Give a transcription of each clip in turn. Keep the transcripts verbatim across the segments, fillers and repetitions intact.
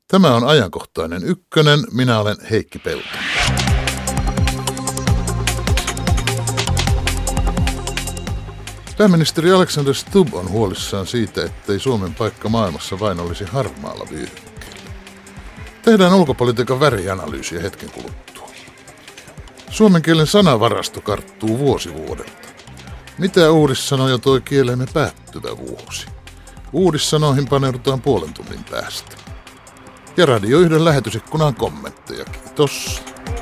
Tämä on ajankohtainen ykkönen. Minä olen Heikki Pelto. Pääministeri Alexander Stubb on huolissaan siitä, ettei Suomen paikka maailmassa vain olisi harmaalla vyöhykkeellä. Tehdään ulkopolitiikan värianalyysiä hetken kuluttua. Suomen kielen sanavarasto karttuu vuosi vuodelta. Mitä uudissanoja toi kieleemme päättyvä vuosi? Uudissanoihin paneudutaan puolen tunnin päästä. Ja Radio yhden lähetysikkunaan kommentteja. Kiitos.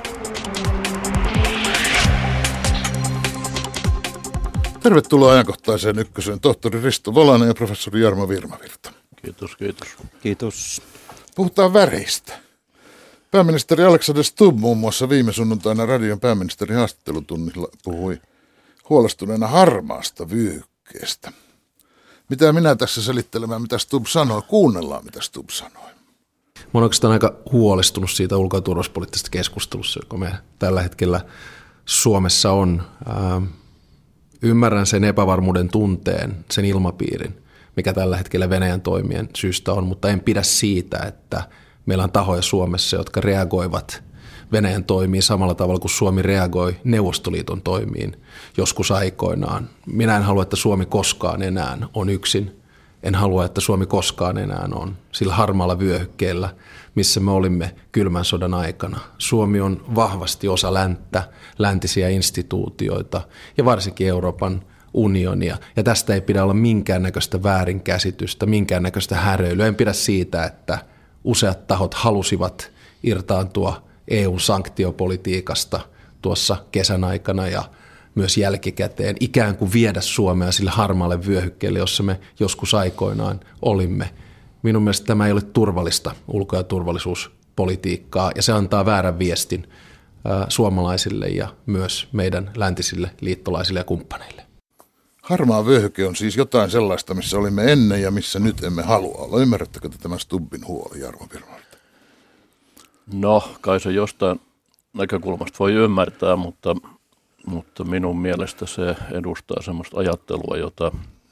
Tervetuloa ajankohtaiseen ykköseen tohtori Risto Volanen ja professori Jarmo Virmavirta. Kiitos, kiitos. Kiitos. Puhutaan väreistä. Pääministeri Alexander Stubb muun muassa viime sunnuntaina radion pääministerin haastattelutunnilla puhui huolestuneena harmaasta vyöhykkeestä. Mitä minä tässä selittelemään, mitä Stubb sanoi? Kuunnellaan, mitä Stubb sanoi. Mä olen oikeastaan aika huolestunut siitä ulko- ja turvallisuuspoliittisesta keskustelussa, joka me tällä hetkellä Suomessa on. Ähm, ymmärrän sen epävarmuuden tunteen, sen ilmapiirin, mikä tällä hetkellä Venäjän toimien syystä on, mutta en pidä siitä, että meillä on tahoja Suomessa, jotka reagoivat Venäjän toimiin samalla tavalla kuin Suomi reagoi Neuvostoliiton toimiin joskus aikoinaan. Minä en halua, että Suomi koskaan enää on yksin. En halua, että Suomi koskaan enää on sillä harmaalla vyöhykkeellä, missä me olimme kylmän sodan aikana. Suomi on vahvasti osa länttä, läntisiä instituutioita ja varsinkin Euroopan unionia. Ja tästä ei pidä olla minkäännäköistä väärinkäsitystä, minkäännäköistä häröilyä. En pidä siitä, että useat tahot halusivat irtaantua E U:n sanktiopolitiikasta tuossa kesän aikana ja myös jälkikäteen ikään kuin viedä Suomea sille harmaalle vyöhykkeelle, jossa me joskus aikoinaan olimme. Minun mielestä tämä ei ole turvallista ulko- ja turvallisuuspolitiikkaa ja se antaa väärän viestin ä, suomalaisille ja myös meidän läntisille liittolaisille ja kumppaneille. Harmaa vyöhyke on siis jotain sellaista, missä olimme ennen ja missä nyt emme halua olla. Ymmärrättekö te tämän Stubbin huoli, Jarmo Virmavirta? No, kai se jostain näkökulmasta voi ymmärtää, mutta, mutta minun mielestä se edustaa semmoista ajattelua, jota,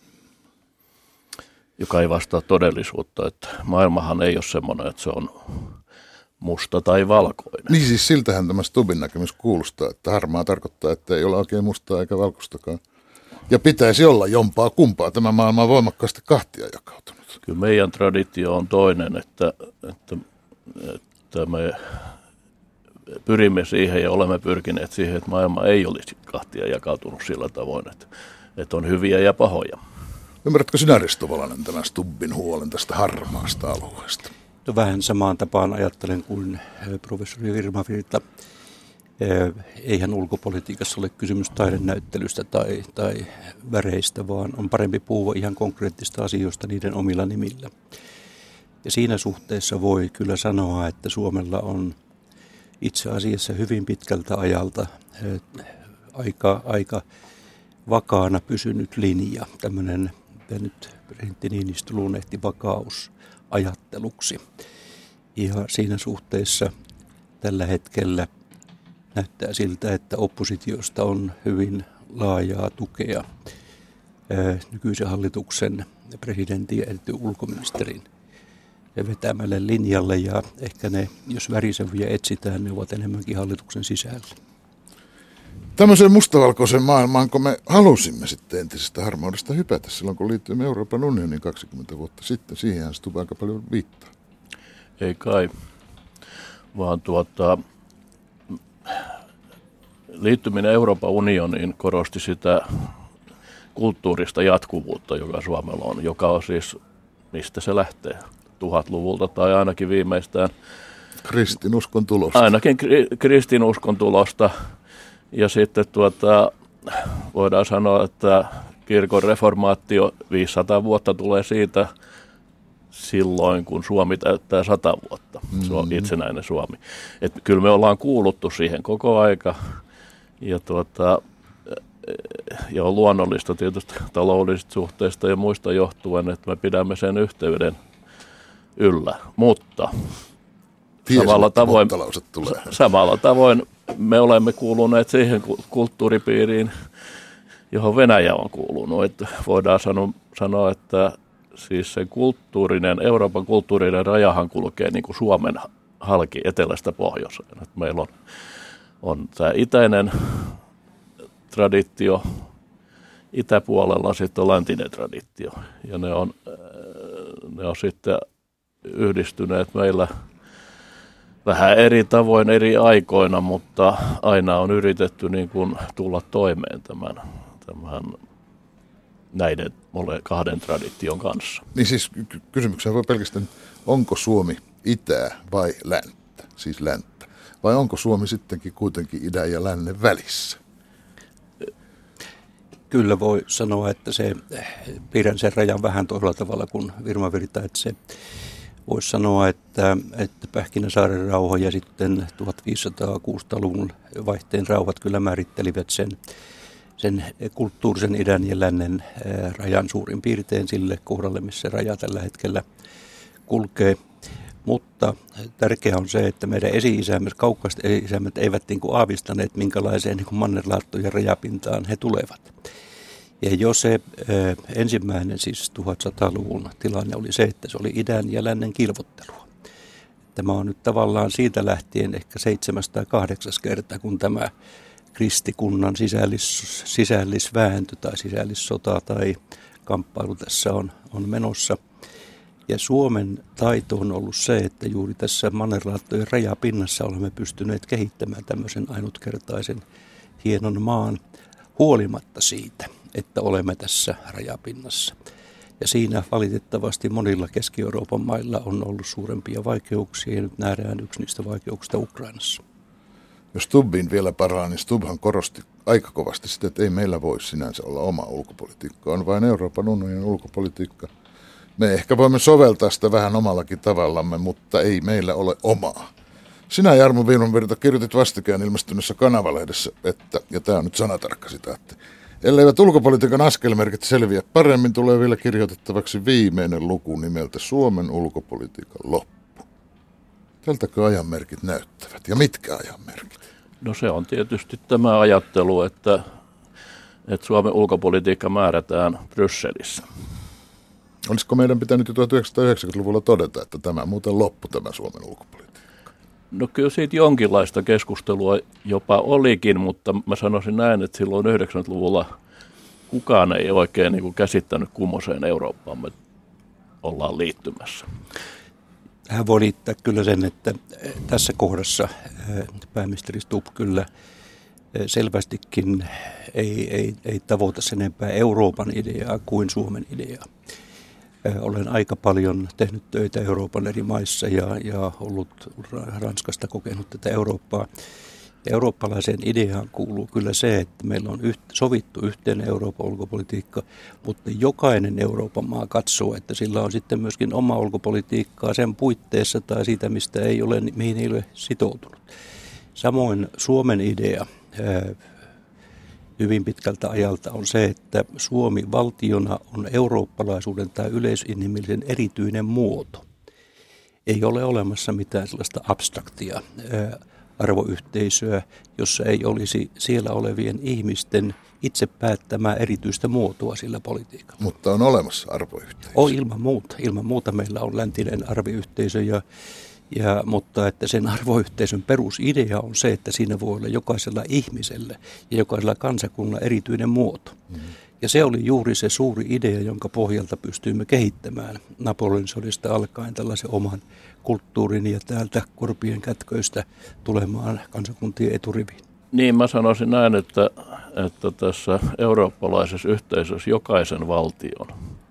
joka ei vastaa todellisuutta. Että maailmahan ei ole semmoinen, että se on musta tai valkoinen. Niin siis siltähän tämä Stubbin näkemys kuulostaa, että harmaa tarkoittaa, että ei ole oikein mustaa eikä valkoistakaan. Ja pitäisi olla jompaa kumpaa. Tämä maailma on voimakkaasti kahtia jakautunut. Kyllä meidän traditio on toinen, että, että, että me pyrimme siihen ja olemme pyrkineet siihen, että maailma ei olisi kahtia jakautunut sillä tavoin, että, että on hyviä ja pahoja. Ymmärrätkö sinä, Risto Volanen, tämän Stubbin huolen tästä harmaasta alueesta? No, vähän samaan tapaan ajattelen kuin professori Virmavirta. Eihän ulkopolitiikassa ole kysymys taidenäyttelystä tai, tai väreistä, vaan on parempi puhua ihan konkreettista asioista niiden omilla nimillä. Ja siinä suhteessa voi kyllä sanoa, että Suomella on itse asiassa hyvin pitkältä ajalta aika, aika vakaana pysynyt linja, tämmöinen, mitä nyt presidentti Niinistö luonnehti vakausajatteluksi. Ja siinä suhteessa tällä hetkellä näyttää siltä, että oppositiosta on hyvin laajaa tukea nykyisen hallituksen presidentin ja ulkoministerin vetämälle linjalle, ja ehkä ne, jos väriseviä etsitään, ne ovat enemmänkin hallituksen sisällä. Tämmöiseen mustavalkoiseen maailmaan, kun me halusimme sitten entisestä harmaudesta hypätä silloin, kun liittyimme Euroopan unioniin kaksikymmentä vuotta sitten. Siihenhän Stubb aika paljon viittaa. Ei kai, vaan tuota, liittyminen Euroopan unioniin korosti sitä kulttuurista jatkuvuutta, joka Suomella on, joka on siis, mistä se lähtee, tuhatluvulta tai ainakin viimeistään kristinuskon tulosta. Ainakin kri- kristinuskon tulosta. Ja sitten tuota, voidaan sanoa, että kirkon reformaatio viisisataa vuotta tulee siitä silloin, kun Suomi täyttää sata vuotta. Se on itsenäinen Suomi. Et kyllä me ollaan kuuluttu siihen koko aika. Ja, tuota, ja on luonnollista tietysti taloudellisista suhteista ja muista johtuen, että me pidämme sen yhteyden yllä. Mutta Tiesin, samalla tavoin, samalla tavoin me olemme kuuluneet siihen kulttuuripiiriin, johon Venäjä on kuulunut. Että voidaan sanoa, sanoa, että siis se kulttuurinen, Euroopan kulttuurinen rajahan kulkee niin kuin Suomen halki etelästä pohjoiseen. Et meillä on, on tämä itäinen traditio, itäpuolella sitten on läntinen traditio. Ja ne on, ne on sitten yhdistyneet meillä vähän eri tavoin eri aikoina, mutta aina on yritetty niin kuin tulla toimeen tämän, tämän näiden kahden tradition kanssa. Niin siis kysymykseen voi pelkästään, onko Suomi itää vai länttä, siis länttä, vai onko Suomi sittenkin kuitenkin idän ja lännen välissä? Kyllä voi sanoa, että se, pidän sen rajan vähän toisella tavalla kuin Virma Virta, että se voisi sanoa, että, että Pähkinäsaaren rauha ja sitten tuhatviisisataakuusikymmentäluvun vaihteen rauhat kyllä määrittelivät sen, sen kulttuurisen idän ja lännen rajan suurin piirtein sille kohdalle, missä raja tällä hetkellä kulkee. Mutta tärkeää on se, että meidän esi-isämme, kaukaiset esi-isämme eivät niin kuin aavistaneet, minkälaiseen niin kuin mannerlaattojen rajapintaan he tulevat. Ja jo se ö, ensimmäinen, siis tuhatsataluvun tilanne oli se, että se oli idän ja lännen kilvottelua. Tämä on nyt tavallaan siitä lähtien ehkä seitsemäs tai kahdeksas kerta, kun tämä kristikunnan sisällis, sisällisvääntö tai sisällissota tai kamppailu tässä on, on menossa. Ja Suomen taito on ollut se, että juuri tässä mannerlaattojen rajapinnassa olemme pystyneet kehittämään tämmöisen ainutkertaisen hienon maan huolimatta siitä, että olemme tässä rajapinnassa. Ja siinä valitettavasti monilla Keski-Euroopan mailla on ollut suurempia vaikeuksia ja nyt nähdään yksi niistä vaikeuksista Ukrainassa. Jos Stubbin vielä paraa, niin Stubbhan korosti aika kovasti sitä, että ei meillä voi sinänsä olla oma ulkopolitiikka, on vain Euroopan unionin ulkopolitiikka. Me ehkä voimme soveltaa sitä vähän omallakin tavallamme, mutta ei meillä ole omaa. Sinä, Jarmo Virta, kirjoitit vastikään ilmestyneessä Kanava-lehdessä, että, ja tämä on nyt sanatarkka sitaatti, elleivät ulkopolitiikan askelmerkit selviä paremmin, tulee vielä kirjoitettavaksi viimeinen luku nimeltä Suomen ulkopolitiikan loppu. Tältäkö ajanmerkit näyttävät, ja mitkä ajanmerkit? No se on tietysti tämä ajattelu, että, että Suomen ulkopolitiikka määrätään Brysselissä. Olisiko meidän pitänyt jo tuhatyhdeksänsataayhdeksänkymmentäluvulla todeta, että tämä muuten loppu tämä Suomen ulkopolitiikka? No kyllä siitä jonkinlaista keskustelua jopa olikin, mutta mä sanoisin näin, että silloin yhdeksänkymmentäluvulla kukaan ei oikein niin kuin käsittänyt kummoiseen Eurooppaan me ollaan liittymässä. Hän voi liittää kyllä sen, että tässä kohdassa pääministeri Stubb kyllä selvästikin ei, ei, ei tavoita sen enempää Euroopan ideaa kuin Suomen ideaa. Olen aika paljon tehnyt töitä Euroopan eri maissa ja, ja ollut Ranskasta kokenut tätä Eurooppaa. Ja eurooppalaiseen ideaan kuuluu kyllä se, että meillä on yht, sovittu yhteinen Euroopan ulkopolitiikka, mutta jokainen Euroopan maa katsoo, että sillä on sitten myöskin oma ulkopolitiikkaa sen puitteissa tai siitä, mistä ei ole, mihin ei ole sitoutunut. Samoin Suomen idea hyvin pitkältä ajalta on se, että Suomi valtiona on eurooppalaisuuden tai yleisinhimillisen erityinen muoto. Ei ole olemassa mitään sellaista abstraktia arvoyhteisöä, jossa ei olisi siellä olevien ihmisten itse päättämää erityistä muotoa sillä politiikalla. Mutta on olemassa arvoyhteisö. On ilman muuta. Ilman muuta meillä on läntinen arvoyhteisö, ja, ja, mutta että sen arvoyhteisön perusidea on se, että siinä voi olla jokaisella ihmisellä ja jokaisella kansakunnalla erityinen muoto. Mm-hmm. Ja se oli juuri se suuri idea, jonka pohjalta pystyimme kehittämään Napoleonin sodista alkaen tällaisen oman kulttuurin ja täältä korpien kätköistä tulemaan kansakuntien eturiviin. Niin, mä sanoisin näin, että, että tässä eurooppalaisessa yhteisössä jokaisen valtion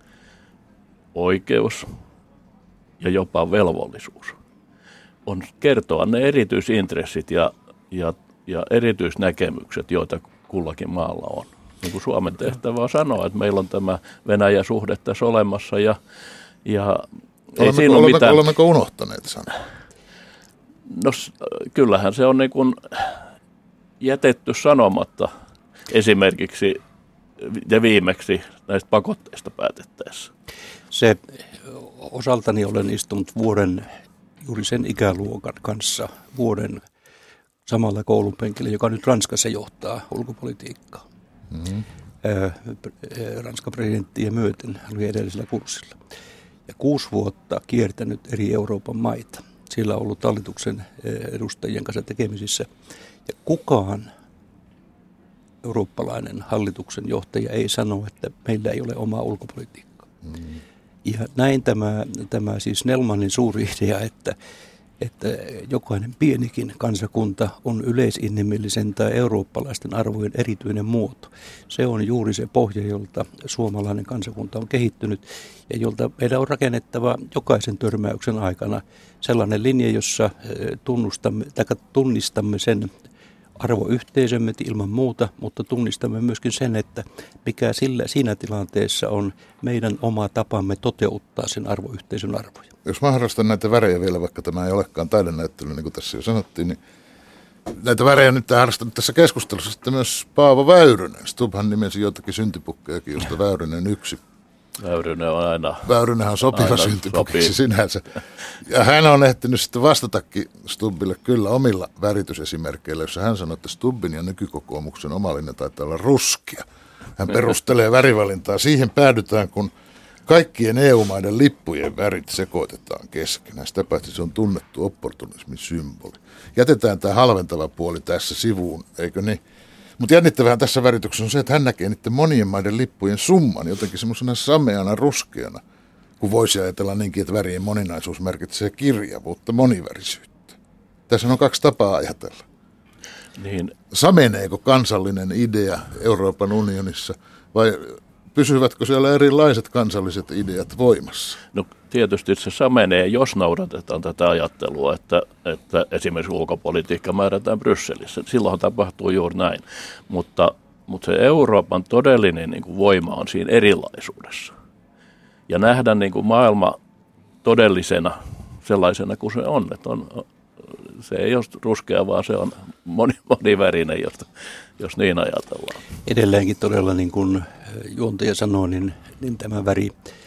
oikeus ja jopa velvollisuus on kertoa ne erityisintressit ja, ja, ja erityisnäkemykset, joita kullakin maalla on. Niin kuin Suomen tehtävä on sanoa, että meillä on tämä Venäjä-suhde tässä olemassa ja, ja ei olemmeko, siinä ole olemmeko, mitään. Olemmeko unohtaneet sanoa? No kyllähän se on niin kuin jätetty sanomatta esimerkiksi ja viimeksi näistä pakotteista päätettäessä. Se osaltani olen istunut vuoden juuri sen ikäluokan kanssa vuoden samalla koulunpenkillä, joka nyt Ranskassa johtaa ulkopolitiikkaa. Mm-hmm. Ranskan presidenttiä myöten, hän oli edellisellä kurssilla. Ja kuusi vuotta kiertänyt eri Euroopan maita. Sillä on ollut hallituksen edustajien kanssa tekemisissä. Ja kukaan eurooppalainen hallituksen johtaja ei sano, että meillä ei ole omaa ulkopolitiikkaa. Mm. Ja näin tämä, tämä siis Snellmanin suuri idea, että, että jokainen pienikin kansakunta on yleisinhimillisen tai eurooppalaisten arvojen erityinen muoto. Se on juuri se pohja, jolta suomalainen kansakunta on kehittynyt ja jolta meidän on rakennettava jokaisen törmäyksen aikana sellainen linja, jossa tunnustamme, tai tunnistamme sen arvoyhteisömme ilman muuta, mutta tunnistamme myöskin sen, että mikä sillä, siinä tilanteessa on meidän oma tapamme toteuttaa sen arvoyhteisön arvoja. Jos mä harrastan näitä värejä vielä, vaikka tämä ei olekaan taidenäyttely, niin kuin tässä jo sanottiin, niin näitä värejä nyt harrastanut tässä keskustelussa sitten myös Paavo Väyrynen. Stubbhan nimesi joitakin syntipukkejakin, josta Väyrynen yksi. Väyrynen on aina... Väyrynenhän on sopiva syntipukiksi sinänsä. Ja hän on ehtinyt sitten vastatakin Stubbille kyllä omilla väritysesimerkkeillä, jossa hän sanoi, että Stubbin ja nykykokoomuksen oma linja taitaa olla ruskea. Hän perustelee värivalintaa. Siihen päädytään, kun kaikkien E U-maiden lippujen värit sekoitetaan keskenään. Sitä paitsi se on tunnettu opportunismin symboli. Jätetään tämä halventava puoli tässä sivuun, eikö niin? Mutta jännittävähän tässä värityksessä on se, että hän näkee niiden monien maiden lippujen summan jotenkin semmoisena sameana ruskeana, kun voisi ajatella niinkin, että värien moninaisuus merkitsee kirjavuutta, monivärisyyttä. Tässä on kaksi tapaa ajatella. Niin. Sameneeko kansallinen idea Euroopan unionissa vai pysyvätkö siellä erilaiset kansalliset ideat voimassa? No tietysti se samenee, jos noudatetaan tätä ajattelua, että, että esimerkiksi ulkopolitiikka määrätään Brysselissä. Silloin tapahtuu juuri näin. Mutta, mutta se Euroopan todellinen niin kuin voima on siinä erilaisuudessa. Ja nähdä niin kuin maailma todellisena sellaisena kuin se on. Että on se ei ole ruskea, vaan se on moni, monivärinen, jos, jos niin ajatellaan. Edelleenkin todella, niin kuin juontaja sanoi, niin, niin tämä väri,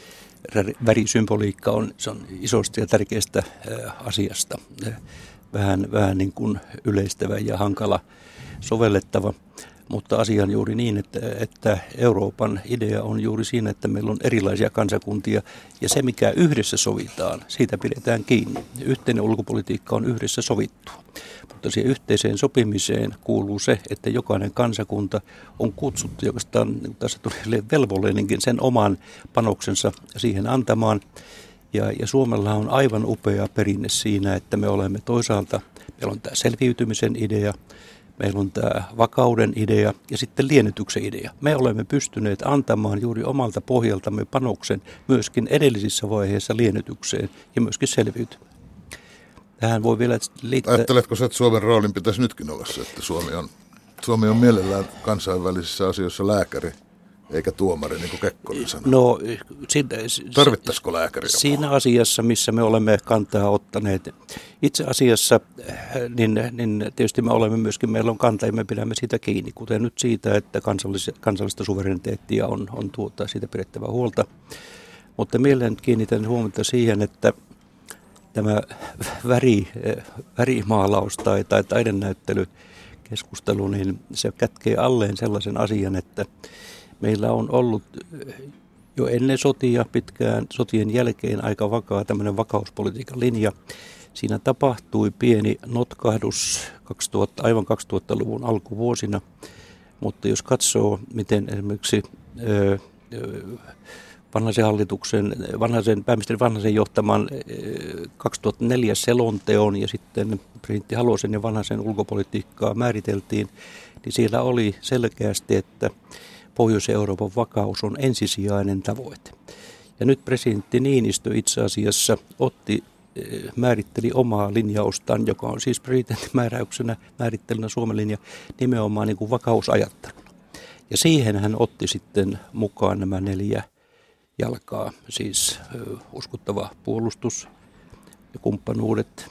värisymboliikka on, se on isosta ja tärkeästä asiasta. Vähän, vähän niin kuin yleistävä ja hankala sovellettava. Mutta asia on juuri niin, että, että Euroopan idea on juuri siinä, että meillä on erilaisia kansakuntia ja se mikä yhdessä sovitaan, siitä pidetään kiinni. Yhteinen ulkopolitiikka on yhdessä sovittua. Mutta siihen yhteiseen sopimiseen kuuluu se, että jokainen kansakunta on kutsuttu, oikeastaan tässä tuli velvollinenkin sen oman panoksensa siihen antamaan. Ja, ja Suomella on aivan upea perinne siinä, että me olemme toisaalta, meillä on tämä selviytymisen idea, meillä on tämä vakauden idea ja sitten liennytyksen idea. Me olemme pystyneet antamaan juuri omalta pohjaltamme panoksen myöskin edellisissä vaiheissa liennytykseen ja myöskin selviytymään. Tähän voi vielä liittää... Ajatteletko sä, että Suomen roolin pitäisi nytkin olla se, että Suomi on, Suomi on mielellään kansainvälisissä asioissa lääkäri eikä tuomari, niin kuin Kekkonen sanoi? No, si- tarvittaisiko lääkäri? Siinä asiassa, missä me olemme kantaa ottaneet. Itse asiassa, niin, niin tietysti me olemme myöskin, meillä on kanta ja me pidämme siitä kiinni, kuten nyt siitä, että kansallis- kansallista suvereniteettia on, on tuota, siitä pidettävä huolta. Mutta mieleen kiinnitän huomiota siihen, että tämä väri, värimaalaus tai, tai taidennäyttely keskustelu, niin se kätkee alleen sellaisen asian, että meillä on ollut jo ennen sotia, pitkään sotien jälkeen aika vakaa tämmöinen vakauspolitiikan linja. Siinä tapahtui pieni notkahdus kaksituhatta, aivan kaksituhattaluvun alkuvuosina, mutta jos katsoo, miten esimerkiksi ö, Vanhasen hallituksen, Vanhasen, pääministeri Vanhasen johtaman kaksituhattaneljä selonteon ja sitten presidentti Halosen ja Vanhasen ulkopolitiikkaa määriteltiin, niin siellä oli selkeästi, että Pohjois-Euroopan vakaus on ensisijainen tavoite. Ja nyt presidentti Niinistö itse asiassa otti, määritteli omaa linjaustaan, joka on siis presidentin määräyksenä määrittelynä Suomen linja nimenomaan niin kuin vakausajatteluna. Ja siihen hän otti sitten mukaan nämä neljä jalkaa, siis uskottava puolustus ja kumppanuudet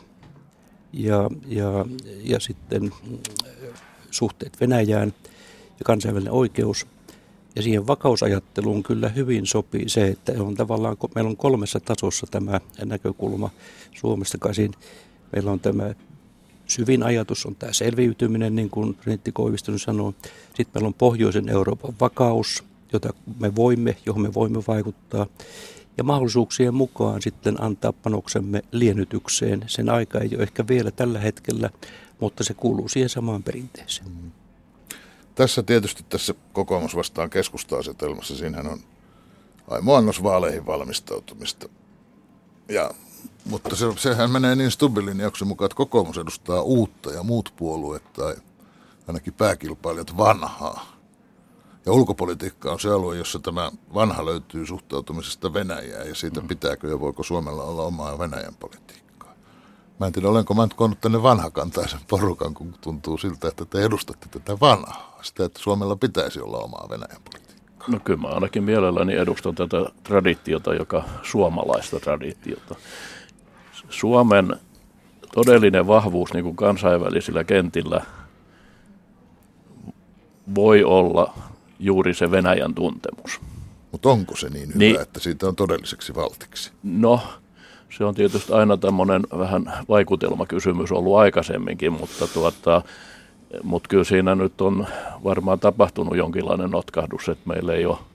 ja, ja, ja sitten suhteet Venäjään ja kansainvälinen oikeus. Ja siihen vakausajatteluun kyllä hyvin sopii se, että on tavallaan, meillä on kolmessa tasossa tämä näkökulma Suomesta käsin. Meillä on tämä syvin ajatus on tämä selviytyminen, niin kuin presidentti Koivisto sanoi. Sitten meillä on pohjoisen Euroopan vakaus, jota me voimme, johon me voimme vaikuttaa. Ja mahdollisuuksien mukaan sitten antaa panoksemme liennytykseen. Sen aika ei ole ehkä vielä tällä hetkellä, mutta se kuuluu siihen samaan perinteeseen. Mm. Tässä tietysti tässä kokoomus vastaan keskusta-asetelmassa, siinähän on aimo annos vaaleihin valmistautumista. Ja, mutta se, sehän menee niin Stubbilinjauksen mukaan, että kokoomus edustaa uutta ja muut puolueet tai ainakin pääkilpailijat vanhaa. Ja ulkopolitiikka on se alue, jossa tämä vanha löytyy suhtautumisesta Venäjään ja siitä pitääkö ja voiko Suomella olla omaa Venäjän politiikkaa. Mä en tiedä, olenko mä nyt koonnut tänne vanhakantaisen porukan, kun tuntuu siltä, että te edustatte tätä vanhaa. Sitä, että Suomella pitäisi olla omaa Venäjän politiikkaa. No kyllä mä ainakin mielelläni edustan tätä traditiota, joka suomalaista traditiota. Suomen todellinen vahvuus niin kuin kansainvälisillä kentillä voi olla juuri se Venäjän tuntemus. Mutta onko se niin hyvä, niin, että siitä on todelliseksi valtiksi? No, se on tietysti aina tämmöinen vähän vaikutelmakysymys ollut aikaisemminkin, mutta, tuota, mutta kyllä siinä nyt on varmaan tapahtunut jonkinlainen notkahdus, että meillä ei ole,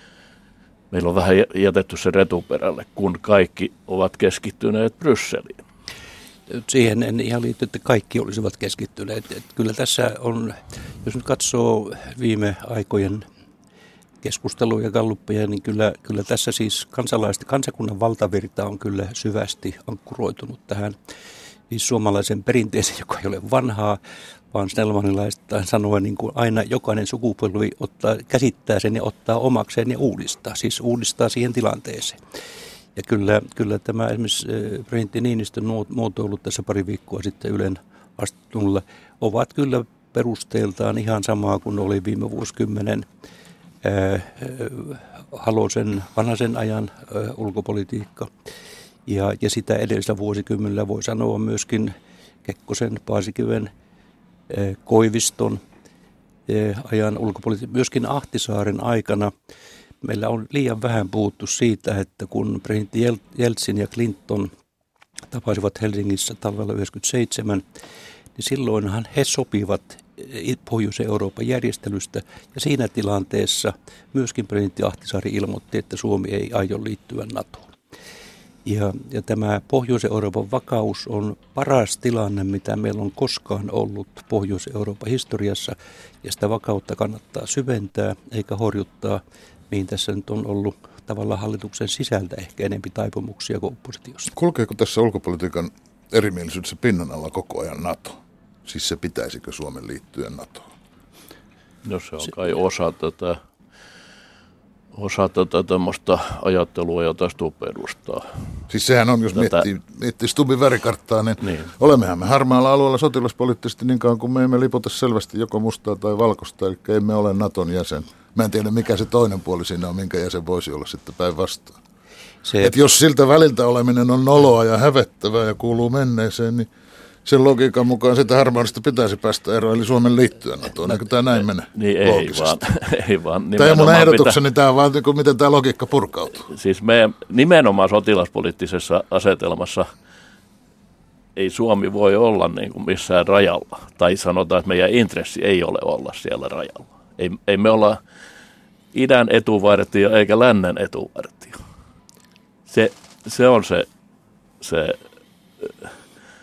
meillä on vähän jätetty se retuperälle, kun kaikki ovat keskittyneet Brysseliin. Siihen en ihan liity, että kaikki olisivat keskittyneet. Että kyllä tässä on, jos nyt katsoo viime aikojen keskusteluja ja galluppeja, niin kyllä, kyllä tässä siis kansalaisten, kansakunnan valtavirta on kyllä syvästi ankkuroitunut tähän siis suomalaisen perinteeseen, joka ei ole vanhaa, vaan snellmanilaista sanoen niin kuin aina jokainen sukupolvi ottaa, käsittää sen ja ottaa omakseen ja uudistaa, siis uudistaa siihen tilanteeseen. Ja kyllä, kyllä tämä esimerkiksi presidentti Niinistön muotoilut tässä pari viikkoa sitten Ylen astulla ovat kyllä perusteeltaan ihan samaa kuin oli viime vuosikymmenen äh, Halosen vanhaisen ajan äh, ulkopolitiikka. Ja, ja sitä edellisellä vuosikymmenellä voi sanoa myöskin Kekkosen, Paasikiven, äh, Koiviston äh, ajan ulkopolitiikka, myöskin Ahtisaaren aikana. Meillä on liian vähän puhuttu siitä, että kun presidentti Jeltsin ja Clinton tapasivat Helsingissä talvella yhdeksänkymmentäseitsemän, niin silloinhan he sopivat Pohjois-Euroopan järjestelystä. Ja siinä tilanteessa myöskin presidentti Ahtisaari ilmoitti, että Suomi ei aio liittyä NATOon. Ja, ja tämä Pohjois-Euroopan vakaus on paras tilanne, mitä meillä on koskaan ollut Pohjois-Euroopan historiassa. Ja sitä vakautta kannattaa syventää eikä horjuttaa, mihin tässä nyt on ollut tavallaan hallituksen sisältä ehkä enemmän taipumuksia kuin oppositiosta. Kulkeeko tässä ulkopolitiikan erimielisyydessä pinnan alla koko ajan NATO? Siis se pitäisikö Suomen liittyä NATOon? No se on kai osa tätä, osa tätä tämmöistä ajattelua, jota Stubb edustaa. Siis sehän on, jos tätä miettii, miettii Stubbin värikarttaa, niin, niin olemmehan me harmaalla alueella sotilaspoliittisesti niin kauan kuin me emme liputa selvästi joko mustaa tai valkoista, eli emme ole NATOn jäsen. Mä en tiedä, mikä se toinen puoli siinä on, minkä jäsen voisi olla sitten päinvastaan. Että jos siltä väliltä oleminen on noloa ja hävettävää ja kuuluu menneeseen, niin sen logiikan mukaan sitä harmaudesta pitäisi päästä eroon, eli Suomen liittyä NATOon. Eikö tämä näin mene niin ei vaan, ei vaan. Tämä on mun ehdotukseni, pitä... tämä on vaan, miten tämä logiikka purkautuu. Siis meidän nimenomaan sotilaspoliittisessa asetelmassa ei Suomi voi olla niin kuin missään rajalla. Tai sanotaan, että meidän intressi ei ole olla siellä rajalla. Ei, ei me olla idän etuvartio eikä lännen etuvartio. Se, se on se, se äh,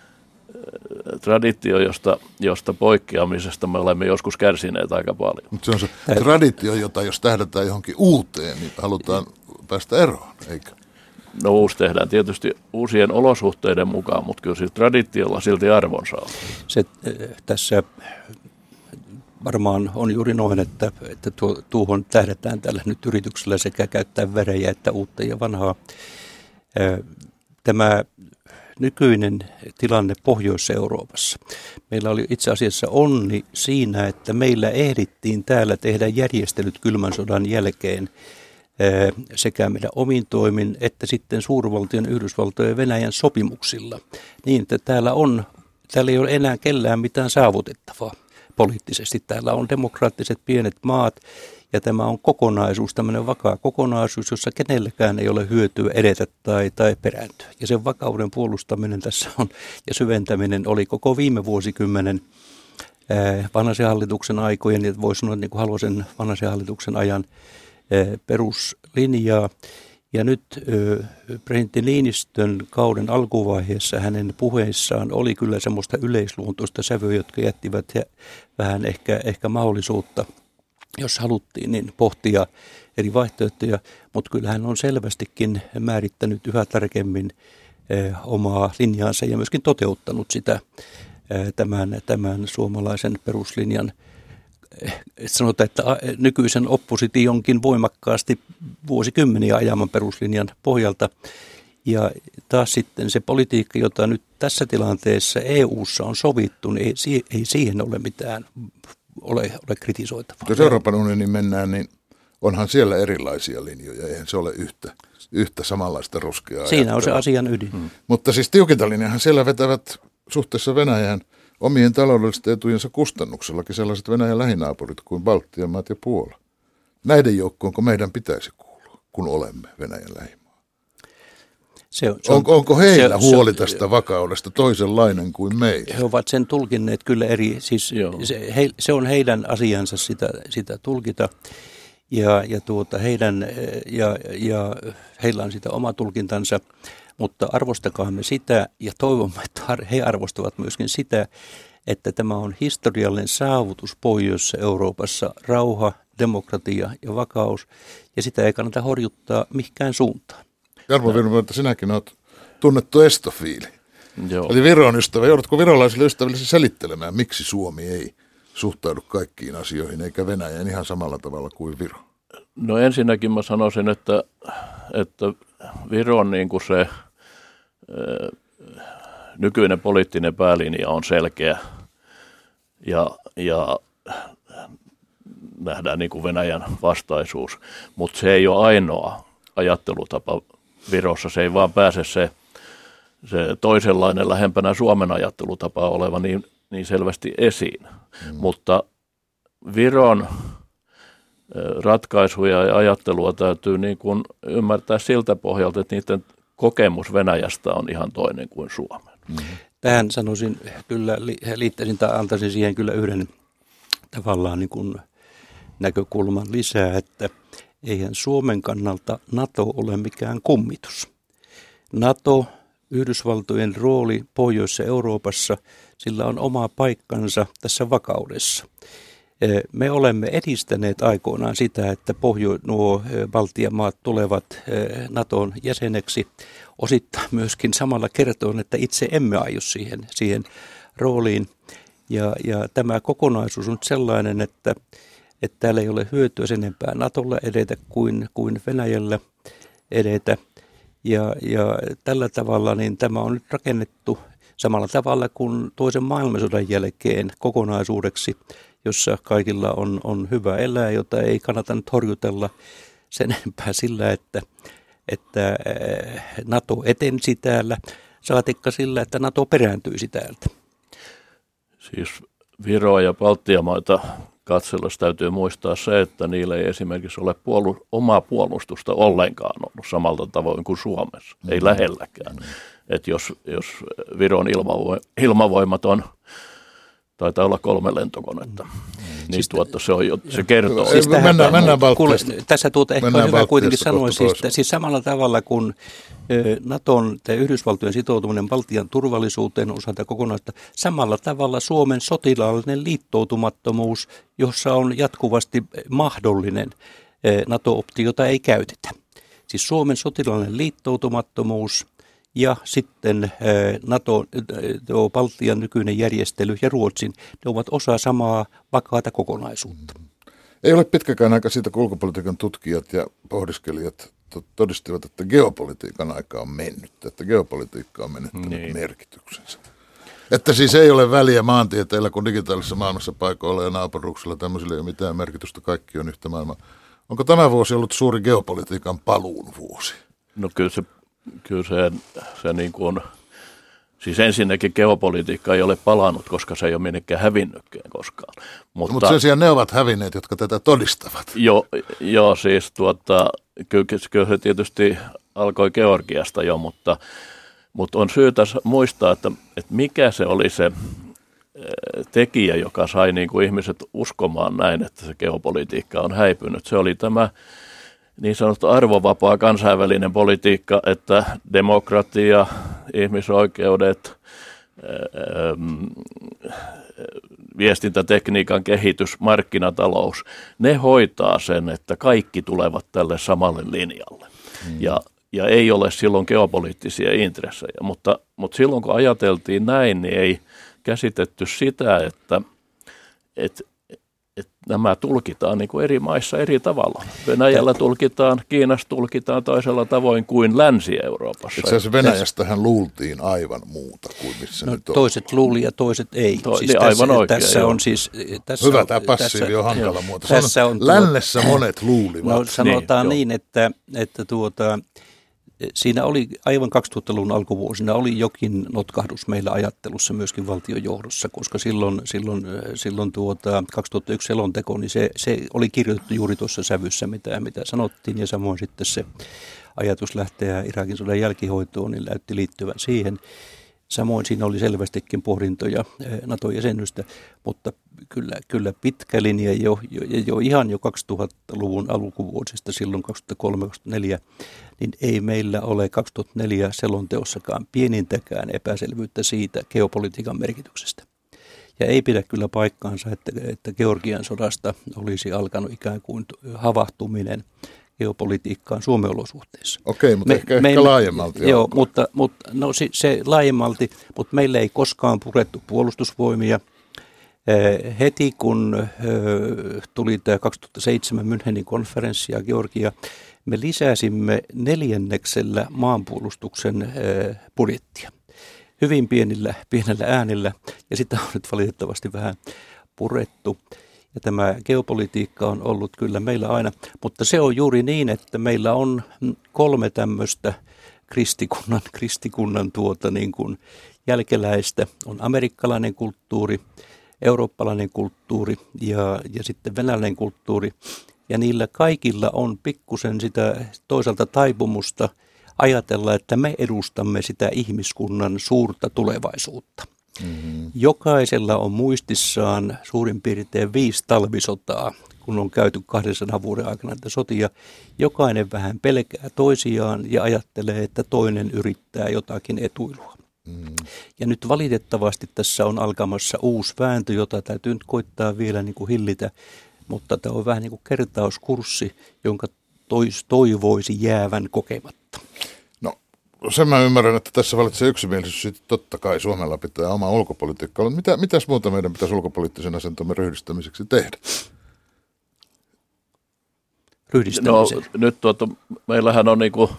traditio, josta, josta poikkeamisesta me olemme joskus kärsineet aika paljon. Mutta se on se traditio, jota jos tähdätään johonkin uuteen, niin halutaan päästä eroon, eikö? No uusi tehdään tietysti uusien olosuhteiden mukaan, mutta kyllä siis traditiolla silti arvonsa on. Se äh, tässä... Varmaan on juuri noin, että, että tuo, tuohon tähdätään tällä nyt yrityksellä sekä käyttää värejä että uutta ja vanhaa. Tämä nykyinen tilanne Pohjois-Euroopassa. Meillä oli itse asiassa onni siinä, että meillä ehdittiin täällä tehdä järjestelyt kylmän sodan jälkeen sekä meidän omin toimin että sitten suurvaltion Yhdysvaltojen ja Venäjän sopimuksilla. Niin, että täällä, on, täällä ei ole enää kellään mitään saavutettavaa. poliittisesti. Täällä on demokraattiset pienet maat ja tämä on kokonaisuus, tämmöinen vakaa kokonaisuus, jossa kenellekään ei ole hyötyä edetä tai, tai perääntyä. Ja sen vakauden puolustaminen tässä on ja syventäminen oli koko viime vuosikymmenen Vanhasen hallituksen aikojen, ja voi sanoa, että niin kuin Halosen Vanhasen hallituksen ajan peruslinjaa. Ja nyt presidentti Niinistön kauden alkuvaiheessa hänen puheissaan oli kyllä semmoista yleisluontoista sävyä, jotka jättivät vähän ehkä, ehkä mahdollisuutta, jos haluttiin, niin pohtia eri vaihtoehtoja. Mutta kyllä hän on selvästikin määrittänyt yhä tarkemmin omaa linjaansa ja myöskin toteuttanut sitä tämän, tämän suomalaisen peruslinjan. Sanotaan, että nykyisen oppositionkin voimakkaasti vuosikymmeniä ajaman peruslinjan pohjalta. Ja taas sitten se politiikka, jota nyt tässä tilanteessa E U:ssa on sovittu, niin ei, ei siihen ole mitään ole, ole kritisoitavaa. Jos Euroopan unioniin mennään, niin onhan siellä erilaisia linjoja. Eihän se ole yhtä, yhtä samanlaista ruskeaa. Siinä on se asian ydin. Hmm. Mutta siis tiukinta linjahan siellä vetävät suhteessa Venäjään omien taloudellisten etujensa kustannuksellakin sellaiset Venäjän lähinaapurit kuin Baltian maat ja Puola. Näiden joukkoonko meidän pitäisi kuulua, kun olemme Venäjän lähimaa? Se on, se on, onko heillä se, huoli se, tästä vakaudesta toisenlainen kuin meillä? He ovat sen tulkinneet kyllä eri, siis se, he, se on heidän asiansa sitä, sitä tulkita ja, ja, tuota, heidän, ja, ja heillä on sitä oma tulkintansa. Mutta arvostakaamme sitä ja toivomme, että he arvostavat myöskin sitä, että tämä on historiallinen saavutus Pohjoisessa Euroopassa, rauha, demokratia ja vakaus, ja sitä ei kannata horjuttaa mihinkään suuntaan. Jarmo Virmo, että sinäkin olet tunnettu estofiili. Joo. Eli Viron ystävä. Joudutko virolaisille ystäville selittelemään, miksi Suomi ei suhtaudu kaikkiin asioihin, eikä Venäjään ihan samalla tavalla kuin Viro? No ensinnäkin mä sanoisin, että, että Viron niin kuin se nykyinen poliittinen päälinja on selkeä ja, ja nähdään niin kuin Venäjän vastaisuus, mutta se ei ole ainoa ajattelutapa Virossa. Se ei vaan pääse se, se toisenlainen lähempänä Suomen ajattelutapa oleva niin, niin selvästi esiin, mm. mutta Viron ratkaisuja ja ajattelua täytyy niin kuin ymmärtää siltä pohjalta, että niiden kokemus Venäjästä on ihan toinen kuin Suomen. Mm-hmm. Tähän sanoisin kyllä, liittäisin tai antaisin siihen kyllä yhden tavallaan niin kuin näkökulman lisää, että eihän Suomen kannalta NATO ole mikään kummitus. NATO, Yhdysvaltojen rooli Pohjoisessa Euroopassa, sillä on oma paikkansa tässä vakaudessa. Me olemme edistäneet aikoinaan sitä, että Pohjo- nuo Baltian maat tulevat Naton jäseneksi. Osittain myöskin samalla kertoen, että itse emme aio siihen, siihen rooliin. Ja, ja tämä kokonaisuus on sellainen, että, että täällä ei ole hyötyä sen enempää Natolla edetä kuin, kuin Venäjällä edetä. Ja, ja tällä tavalla niin tämä on nyt rakennettu samalla tavalla kuin toisen maailmansodan jälkeen kokonaisuudeksi, jossa kaikilla on, on hyvä elää, jota ei kannata nyt horjutella sen enempää sillä, että, että NATO etensi täällä, saatikka sillä, että NATO perääntyisi täältä. Siis Viroa ja Baltian maita katsellessa täytyy muistaa se, että niillä ei esimerkiksi ole puolu- omaa puolustusta ollenkaan ollut samalta tavoin kuin Suomessa, mm. ei lähelläkään. Mm. Että jos, jos Viron ilmavo- ilmavoimat on, taitaa olla kolme lentokonetta, mm. niin siis tuota, se, on jo, se kertoo. Siis tähän, mennään mennään kuule, tässä tuota ehkä mennään on hyvä kuitenkin sanoa, siis, siis samalla tavalla kuin Naton ja Yhdysvaltojen sitoutuminen Baltian turvallisuuteen osalta kokonaista, samalla tavalla Suomen sotilaallinen liittoutumattomuus, jossa on jatkuvasti mahdollinen NATO-optio, jota ei käytetä. Siis Suomen sotilaallinen liittoutumattomuus ja sitten NATO, Baltian nykyinen järjestely ja Ruotsin, ne ovat osa samaa vakaata kokonaisuutta. Ei ole pitkäkään aika siitä, kun ulkopolitiikan tutkijat ja pohdiskelijat todistivat, että geopolitiikan aika on mennyt, että geopolitiikka on menettänyt niin merkityksensä. Että siis ei ole väliä maantieteellä, kun digitaalisessa maailmassa paikoilla ja naapuruuksilla tämmöisillä ei ole mitään merkitystä, kaikki on yhtä maailmaa. Onko tämä vuosi ollut suuri geopolitiikan paluun vuosi? No kyllä se, kyllä se, se niin kuin Siis ensinnäkin geopolitiikka ei ole palannut, koska se ei ole minnekään hävinnytkään koskaan. Mutta Mut sen sijaan ne ovat hävinneet, jotka tätä todistavat. Joo, jo, siis tuota, kyllä, kyllä se tietysti alkoi Georgiasta jo, mutta, mutta on syytä muistaa, että, että mikä se oli se tekijä, joka sai niin kuin ihmiset uskomaan näin, että se geopolitiikka on häipynyt. Se oli tämä niin sanottu arvovapaa kansainvälinen politiikka, että demokratia, ihmisoikeudet, viestintätekniikan kehitys, markkinatalous, ne hoitaa sen, että kaikki tulevat tälle samalle linjalle. Hmm. Ja, ja ei ole silloin geopoliittisia intressejä, mutta, mutta silloin kun ajateltiin näin, niin ei käsitetty sitä, että, että, että nämä tulkitaan niin kuin eri maissa eri tavalla. Venäjällä tulkitaan, Kiinassa tulkitaan toisella tavoin kuin Länsi-Euroopassa. Itse asiassa Venäjästähän luultiin aivan muuta kuin missä no, nyt on. Toiset luuli ja toiset ei. To, siis niin tässä, aivan oikein, tässä on siis, tässä Hyvä, on, tämä passiivi tässä, on hankala muoto. Tässä on, lännessä monet luulivat. No sanotaan niin, niin että, että tuota, siinä oli aivan kaksituhattaluvun alkuvuosina oli jokin notkahdus meillä ajattelussa myöskin valtiojohdossa, koska silloin, silloin, silloin tuota, kaksituhattayksi selonteko, niin se, se oli kirjoitettu juuri tuossa sävyssä, mitä, mitä sanottiin, ja samoin sitten se ajatus lähteä Irakin sodan jälkihoitoon, niin näytti liittyvän siihen. Samoin siinä oli selvästikin pohdintoja NATO-jäsenystä, mutta kyllä, kyllä pitkä linja jo, jo, jo ihan jo kaksituhattaluvun alkuvuosista, silloin kaksituhattakolme kaksituhattaneljä, niin ei meillä ole kaksituhattaneljä selonteossakaan pienintäkään epäselvyyttä siitä geopolitiikan merkityksestä. Ja ei pidä kyllä paikkaansa, että, että Georgian sodasta olisi alkanut ikään kuin havahtuminen geopolitiikkaan Suomen olosuhteissa. Okei, mutta me, ehkä, me, ehkä laajemmalti. Joo, mutta, mutta no, se, se laajemmalti, mutta meillä ei koskaan purettu puolustusvoimia. Eh, heti kun eh, tuli tämä kaksituhattaseitsemän Münchenin konferenssi ja Georgia, me lisäsimme neljänneksellä maanpuolustuksen eh, budjettia. Hyvin pienillä, pienellä äänellä, ja sitä on nyt valitettavasti vähän purettu. Ja tämä geopolitiikka on ollut kyllä meillä aina, mutta se on juuri niin, että meillä on kolme tämmöistä kristikunnan, kristikunnan tuota niin kuin jälkeläistä. On amerikkalainen kulttuuri, eurooppalainen kulttuuri ja, ja sitten venäläinen kulttuuri. Ja niillä kaikilla on pikkusen sitä toisaalta taipumusta ajatella, että me edustamme sitä ihmiskunnan suurta tulevaisuutta. Mm-hmm. Jokaisella on muistissaan suurin piirtein viisi talvisotaa, kun on käyty kahdensadan vuoden aikana näitä sotia. Jokainen vähän pelkää toisiaan ja ajattelee, että toinen yrittää jotakin etuilua. Mm-hmm. Ja nyt valitettavasti tässä on alkamassa uusi vääntö, jota täytyy nyt koittaa vielä niin kuin hillitä, mutta tämä on vähän niin kuin kertauskurssi, jonka tois, toivoisi jäävän kokematta. Sen mä ymmärrän, että tässä valitsee yksimielisyys, että totta kai Suomella pitää oma ulkopolitiikka olla. Mitä, mitäs muuta meidän pitäisi ulkopoliittisen asentomme ryhdistämiseksi tehdä? No, nyt tuota, meillähän on niinku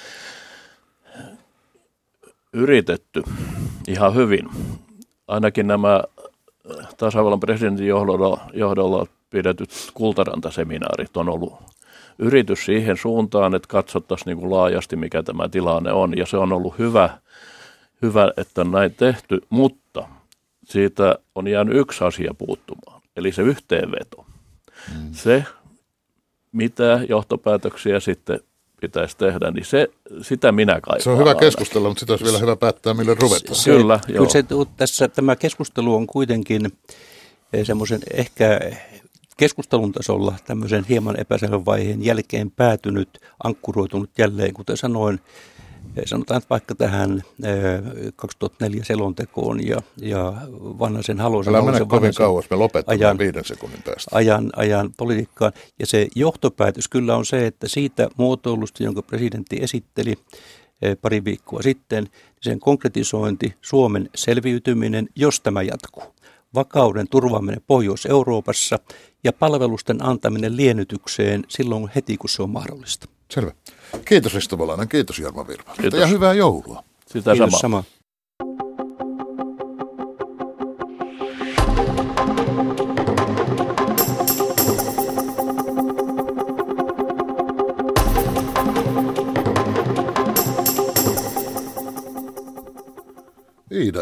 yritetty ihan hyvin. Ainakin nämä tasavallan presidentin johdolla, johdolla pidetyt Kultaranta-seminaarit on ollut yritys siihen suuntaan, että katsottaisiin niin kuin laajasti, mikä tämä tilanne on. Ja se on ollut hyvä, hyvä, että on näin tehty, mutta siitä on jäänyt yksi asia puuttumaan, eli se yhteenveto. Mm. Se, mitä johtopäätöksiä sitten pitäisi tehdä, niin se, sitä minä kaipaan. Se on hyvä keskustella, mutta sitä olisi vielä hyvä päättää, millä ruvetaan. Se, kyllä, joo. Kyllä se, tässä, tämä keskustelu on kuitenkin semmoisen ehkä keskustelun tasolla tämmöisen hieman epäselvän vaiheen jälkeen päätynyt, ankkuroitunut jälleen, kuten sanoin, sanotaan vaikka tähän kaksituhattaneljä selontekoon ja, ja Vanhasen Halosen. Älä mene kovin kauas, me lopettamme ajan, viiden sekunnin päästä. Ajan, ajan politiikkaan. Ja se johtopäätös kyllä on se, että siitä muotoilusta, jonka presidentti esitteli pari viikkoa sitten, sen konkretisointi, Suomen selviytyminen, jos tämä jatkuu. Vakauden turvaaminen Pohjois-Euroopassa ja palvelusten antaminen liennytykseen silloin heti, kun se on mahdollista. Selvä. Kiitos Risto Valainen, kiitos Jorma Virma. Ja hyvää joulua. Sitä kiitos samaa. Sama.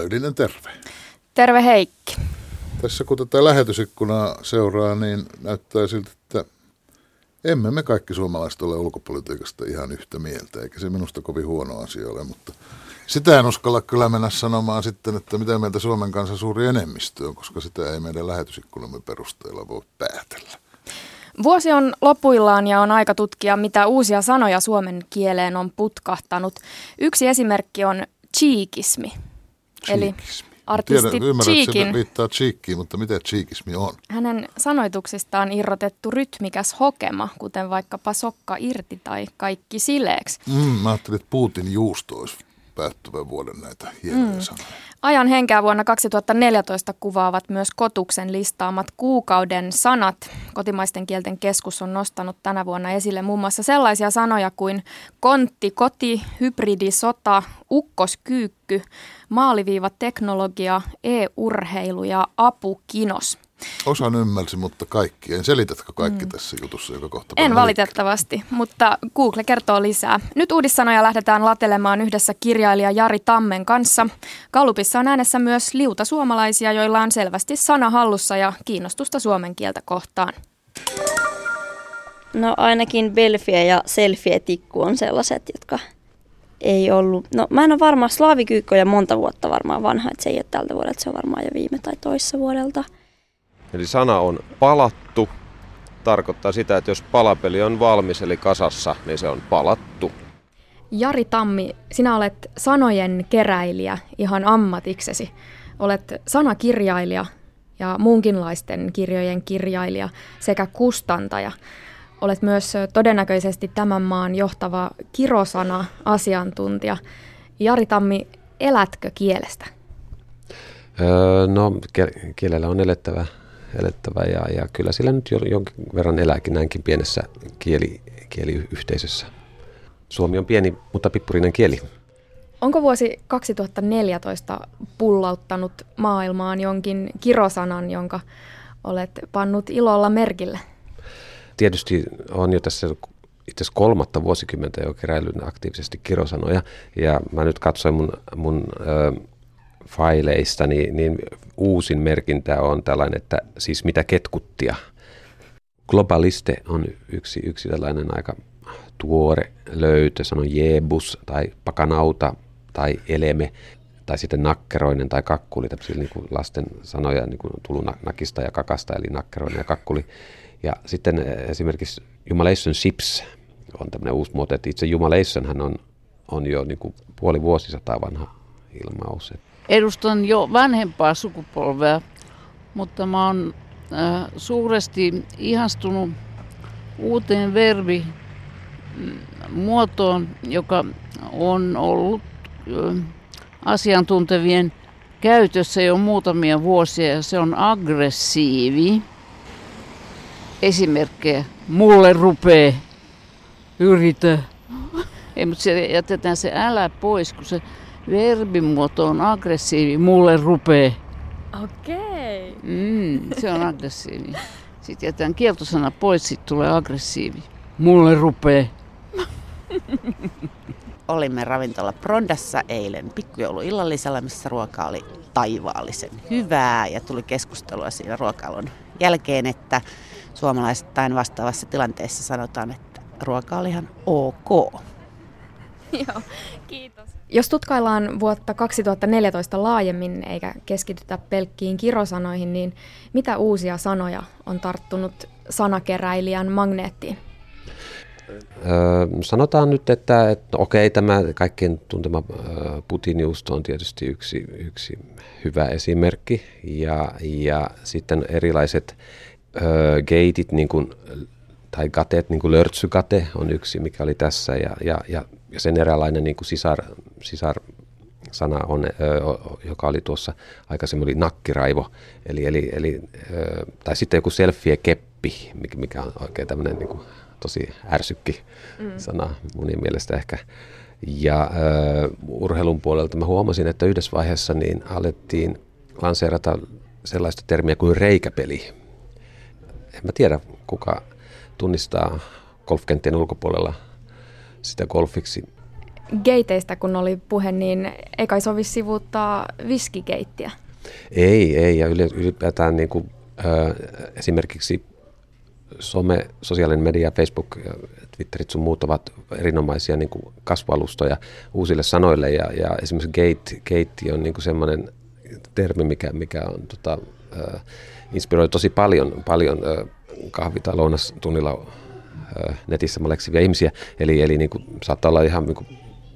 Väyrynen, terve. Terve Heikki. Tässä kun tätä lähetysikkunaa seuraa, niin näyttää siltä, että emme me kaikki suomalaiset ole ulkopolitiikasta ihan yhtä mieltä, eikä se minusta kovin huono asia ole, mutta sitä en uskalla kyllä mennä sanomaan sitten, että mitä meiltä Suomen kansan suuri enemmistö on, koska sitä ei meidän lähetysikkunamme perusteella voi päätellä. Vuosi on lopuillaan ja on aika tutkia, mitä uusia sanoja suomen kieleen on putkahtanut. Yksi esimerkki on cheekismi. Eli artisti Tiedän, ymmärrän, Cheekin. että se viittaa cheekkiin, mutta mitä cheekismi on? Hänen sanoituksistaan irrotettu rytmikäs hokema, kuten vaikkapa sokka irti tai kaikki sileeksi. Mm, mä ajattelin, että Putin juusto olisi päättyvän vuoden näitä hienoja mm. sanoja. Ajan henkeä vuonna kaksituhattaneljätoista kuvaavat myös Kotuksen listaamat kuukauden sanat. Kotimaisten kielten keskus on nostanut tänä vuonna esille muun muassa sellaisia sanoja kuin kontti, koti, hybridisota, ukkoskyykky, maaliviiva teknologia, e-urheilu ja apukinos. Osan ymmärsi, mutta kaikki. En selitätkö kaikki mm. tässä jutussa, joka kohta? En valitettavasti, mutta Google kertoo lisää. Nyt uudissanoja lähdetään latelemaan yhdessä kirjailija Jari Tammen kanssa. Gallupissa on äänessä myös liuta suomalaisia, joilla on selvästi sana hallussa ja kiinnostusta suomen kieltä kohtaan. No ainakin Belfie ja Selfie-tikku on sellaiset, jotka ei ollut. No mä en ole varmaan, slaavikyykky ja monta vuotta varmaan vanha, että se ei ole tältä vuodelta, se on varmaan jo viime tai toissa vuodelta. Eli sana on palattu, tarkoittaa sitä, että jos palapeli on valmis eli kasassa, niin se on palattu. Jari Tammi, sinä olet sanojen keräilijä ihan ammatiksesi. Olet sanakirjailija ja muunkinlaisten kirjojen kirjailija sekä kustantaja. Olet myös todennäköisesti tämän maan johtava kirosana-asiantuntija. Jari Tammi, elätkö kielestä? Öö, no, kielellä on elettävä. elettävä ja, ja kyllä sillä nyt jonkin verran elääkin näinkin pienessä kieli, kieliyhteisössä. Suomi on pieni, mutta pippurinen kieli. Onko vuosi kaksituhattaneljätoista pullauttanut maailmaan jonkin kirosanan, jonka olet pannut ilolla merkille? Tietysti on jo tässä itse asiassa kolmatta vuosikymmentä jo keräillyt aktiivisesti kirosanoja. Ja mä nyt katsoin mun, mun ö, faileista, niin, niin uusin merkintä on tällainen, että siis mitä ketkuttia. Globaliste on yksi, yksi tällainen aika tuore löytö, se on jebus tai pakanauta tai eleme tai sitten nakkeroinen tai kakkuli, tämmöisiä niin kuin lasten sanoja niin kuin on tullut nakista ja kakasta, eli nakkeroinen ja kakkuli. Ja sitten esimerkiksi jumalation ships on tämmöinen uusi muoto, että itse jumalationhan on, on jo niin kuin puoli vuosisataa vanha ilmaus. Edustan jo vanhempaa sukupolvea, mutta mä oon äh, suuresti ihastunut uuteen verbimuotoon, joka on ollut äh, asiantuntevien käytössä jo muutamia vuosia, ja se on aggressiivi. Esimerkkejä, mulle rupee, yritä. Ei, mutta se, jätetään se älä pois, kun se verbimuoto on aggressiivi, mulle rupee. Okei. Okay. Mm, se on aggressiivi. Sitten jätetään kieltosana pois, sitten tulee aggressiivi. Mulle rupee. Olimme ravintola Brondassa eilen pikkujouluillallisella, missä ruoka oli taivaallisen hyvää ja tuli keskustelua siinä ruokailun jälkeen, että suomalaisittain vastaavassa tilanteessa sanotaan, että ruoka oli ihan ok. Joo, kiitos. Jos tutkaillaan vuotta kaksituhattaneljätoista laajemmin eikä keskitytä pelkkiin kirosanoihin, niin mitä uusia sanoja on tarttunut sanakeräilijän magneettiin? Öö, sanotaan nyt, että, että okei, tämä kaikkien tuntema Putin-juusto on tietysti yksi, yksi hyvä esimerkki. Ja, ja sitten erilaiset öö, geitit, niin kuin, tai gateet, niin kuin lörtsykate on yksi, mikä oli tässä. Ja, ja, ja sen eräänlainen niin kuin sisar, sisarsana, on, öö, joka oli tuossa aikaisemmin, oli nakkiraivo. Eli, eli, eli, öö, tai sitten joku selfie-keppi, mikä on oikein tämmöinen niin kuin tosi ärsykki mm. sana monin mielestä ehkä. Ja uh, urheilun puolelta mä huomasin, että yhdessä vaiheessa niin alettiin lanseerata sellaista termiä kuin reikäpeli. En mä tiedä, kuka tunnistaa golfkenttien ulkopuolella sitä golfiksi. gateista kun oli puhe, niin ei kai sovi sivuuttaa viskigeittiä? Ei, ei. Ja ylipäätään niin kuin, ö, esimerkiksi some, sosiaalinen media, Facebook, Twitterit sun muut ovat erinomaisia niin kuin kasvualustoja uusille sanoille. Ja, ja esimerkiksi gate, gate on niin kuin semmoinen termi, mikä, mikä on tota, ö, inspiroi tosi paljon, paljon ö, kahvi- tai lounastunnilla ö, netissä maleksivia ihmisiä. Eli, eli niin kuin, saattaa olla ihan niin kuin,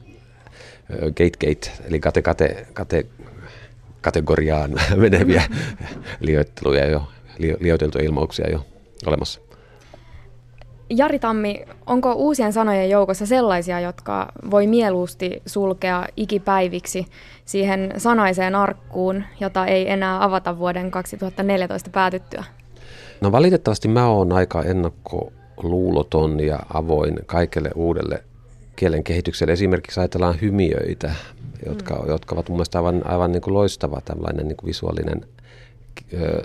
gate gate, eli kate kate, kate kategoriaan meneviä liioitteluja jo, liioiteltuja ilmauksia jo olemassa. Jari Tammi, onko uusien sanojen joukossa sellaisia, jotka voi mieluusti sulkea ikipäiviksi siihen sanaiseen arkkuun, jota ei enää avata vuoden kaksituhattaneljätoista päätyttyä? No valitettavasti mä oon aika ennakkoluuloton ja avoin kaikelle uudelle kielen kehitykselle. Esimerkiksi ajatellaan hymiöitä, jotka, mm. jotka ovat mun mielestä aivan, aivan niin kuin loistava tällainen niin kuin visuaalinen ö,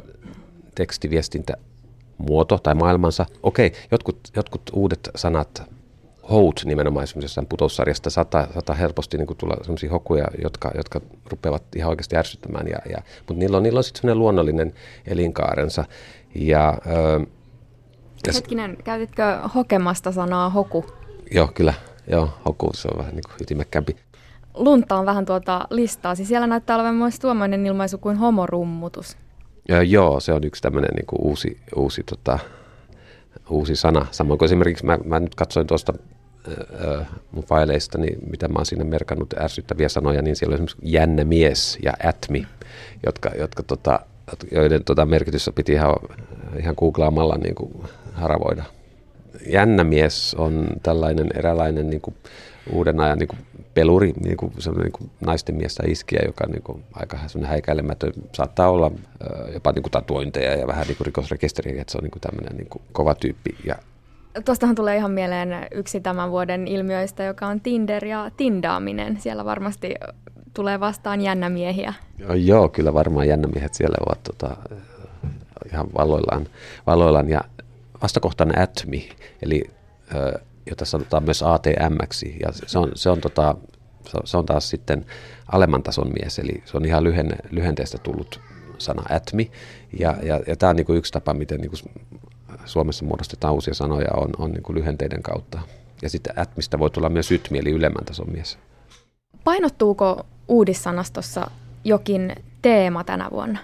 tekstiviestintämuoto tai maailmansa. Okei, jotkut, jotkut uudet sanat, hout nimenomaan esimerkiksi jossain putoussarjasta, saattaa, saattaa helposti niin kuin tulla sellaisia hokuja, jotka, jotka rupeavat ihan oikeasti ärsyttämään. Ja, ja, mutta niillä on, niillä on sitten sellainen luonnollinen elinkaarensa. Ja, ö, Hetkinen, käytitkö hokemasta sanaa hoku? Joo, kyllä. Joo, hoku, se on vähän niin kuin ytimekkäämpi. Luntaan vähän tuota listaasi. Siellä näyttää olevan myös tuommoinen ilmaisu kuin homorummutus. Ja, joo, se on yksi tämmöinen niin kuin uusi, uusi, tota, uusi sana. Samoin kuin esimerkiksi mä, mä nyt katsoin tuosta äh, mun faileista, niin mitä mä oon siinä merkannut ärsyttäviä sanoja, niin siellä on esimerkiksi jännä mies ja ätmi, jotka, jotka, tota, joiden tota, merkityssä piti ihan, ihan googlaamalla niin kuin haravoida. Jännä mies on tällainen eräänlainen niin kuin uuden ajan niin kuin peluri, niin kuin sellainen niin kuin naisten mies tai iskiä, joka on niin kuin aika häikäilemätön. Saattaa olla äh, jopa niin kuin tatuointeja ja vähän niin kuin rikosrekisteriä, että se on niin kuin tämmöinen niin kuin kova tyyppi. Ja tuostahan tulee ihan mieleen yksi tämän vuoden ilmiöistä, joka on Tinder ja tindaaminen. Siellä varmasti tulee vastaan jännämiehiä. Joo, joo kyllä varmaan jännämiehet siellä ovat tota, ihan valoillaan, valoillaan ja vastakohtainen ätmi, eli ö, jota sanotaan myös A T M:ksi, ja se on, se, on, tota, se on taas sitten alemman tason mies, eli se on ihan lyhenne, lyhenteestä tullut sana ätmi, ja, ja, ja tämä on niin kuin yksi tapa, miten niin kuin Suomessa muodostetaan uusia sanoja, on, on niin kuin lyhenteiden kautta. Ja sitten ätmistä voi tulla myös ytmi, eli ylemmän tason mies. Painottuuko uudissanastossa jokin teema tänä vuonna?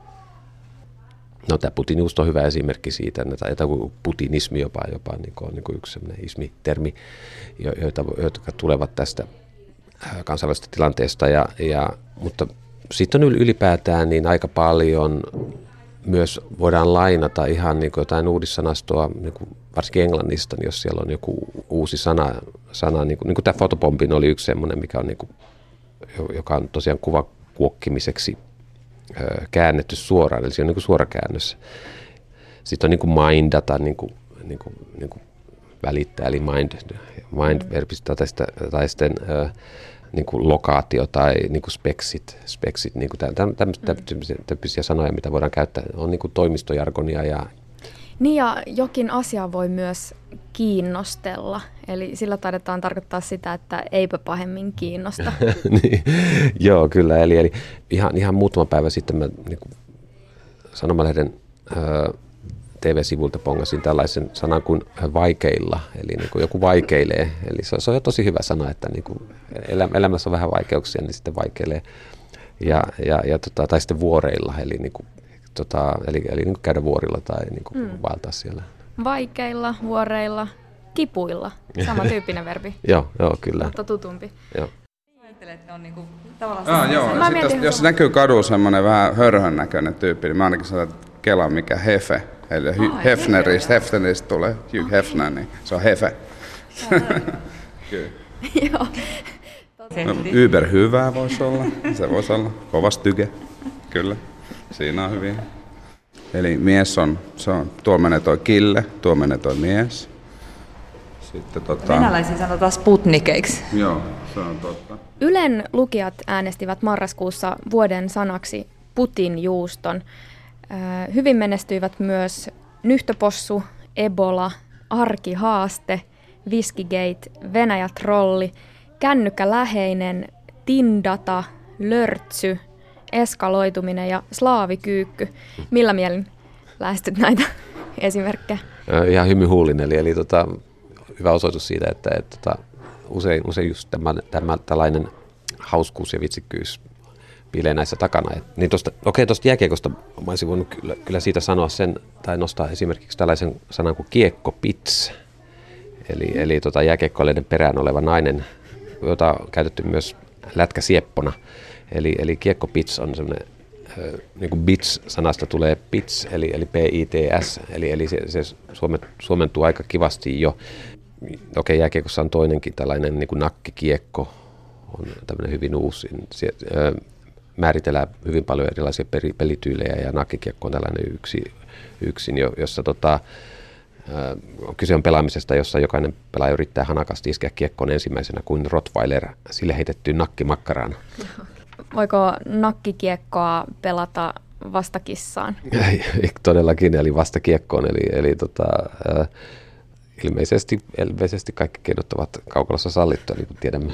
No tämä putinius on hyvä esimerkki siitä, että putinismi jopa, jopa niin kuin on niin kuin yksi sellainen ismitermi, joita, jotka tulevat tästä kansainvälisestä tilanteesta. Ja, ja, mutta sitten on ylipäätään niin aika paljon myös voidaan lainata ihan niin kuin jotain uudissanastoa, niin kuin varsinkin englannista, niin jos siellä on joku uusi sana, sana niin kuin, niin kuin tämä fotopompin oli yksi semmoinen, mikä on niin kuin, joka on tosiaan kuvakuokkimiseksi käännetty suoraan, eli se on niin kuin suora käännös. Sitten on niin kuin mind data, niin kuin, niin kuin, niin kuin välittää, eli mind, mind-verbistä tai sitten, tai sitten äh, niin kuin lokaatio tai niin kuin speksit, speksit niin kuin tämmöisiä tyyppisiä sanoja, mitä voidaan käyttää, on niin kuin toimistojargonia. Ja niin ja jokin asia voi myös kiinnostella, eli sillä taidetaan tarkoittaa sitä, että eipä pahemmin kiinnosta. Niin, joo, kyllä, eli, eli ihan, ihan muutama päivä sitten mä niin kuin Sanomalehden ö, T V-sivulta pongasin tällaisen sanan kuin vaikeilla, eli niin kuin joku vaikeilee, eli se, se on jo tosi hyvä sana, että niin kuin elämässä on vähän vaikeuksia, niin sitten vaikeilee, ja, ja, ja tota, tai sitten vuoreilla, eli, niin kuin, tota, eli, eli niin kuin käydä vuorilla tai niin kuin mm. vaeltaa siellä. Vaikeilla, vuoreilla, kipuilla, sama tyyppinen verbi. Joo, joo, kyllä. Mutta tutumpi. Joo. Että on niinku tavallaan ah, joo. Jos, jos näkyy kadulla semmoinen vähän hörhön näköinen tyyppi, niin mä ainakin sanon, että kela mikä hefe. Eli oh, Hefneristä, Hefneristä tulee Hugh Hefner, niin se on hefe. Kyllä. Joo. No, Uber hyvää voisi olla, se voisi olla. Kovas tyke, kyllä. Siinä on hyvin. Eli mies on, se on, tuo menee toi kille, tuo menee toi mies. Sitten, tota... Venäläisiä sanotaan sputnikeiksi. Joo, se on totta. Ylen lukijat äänestivät marraskuussa vuoden sanaksi putinjuuston. Hyvin menestyivät myös nyhtöpossu, Ebola, arkihaaste, Whiskygate, Venäjä-trolli, kännykkäläheinen, tindata, lörtsy, eskaloituminen ja slaavikyykky. Millä mielin lähestyt näitä esimerkkejä? Ihan hymyhuulin, eli, eli tota, hyvä osoitus siitä, että, että, että usein, usein just tämä, tämä tällainen hauskuus ja vitsikkyys piilee näissä takana. Et, niin tosta, okei, tuosta jääkiekosta mä olisin voinut kyllä, kyllä siitä sanoa sen, tai nostaa esimerkiksi tällaisen sanan kuin kiekkopits. Eli, eli tota, jääkiekkoilijoiden perään oleva nainen, jota on käytetty myös lätkäsieppona. Eli, eli kiekkopits on semmoinen, niin kuin bits-sanasta tulee pits, eli, eli P I T S, eli, eli se, se suomet, suomentuu aika kivasti jo. Okei, jääkiekossa on toinenkin tällainen niin kuin nakkikiekko, on tämmöinen hyvin uusi. Se, ö, määritellään hyvin paljon erilaisia peri, pelityylejä, ja nakkikiekko on tällainen yksi, yksin, jossa tota, ö, kyse on pelaamisesta, jossa jokainen pelaaja yrittää hanakasti iskeä kiekkoon ensimmäisenä kuin Rottweiler sille heitettyyn nakkimakkaraan. Voiko nakkikiekkoa pelata vastakissaan? Todellakin, eli vastakiekkoon. Eli, eli tota, äh, ilmeisesti, ilmeisesti kaikki keinot ovat kaukalossa sallittuja, niin kuin tiedämme.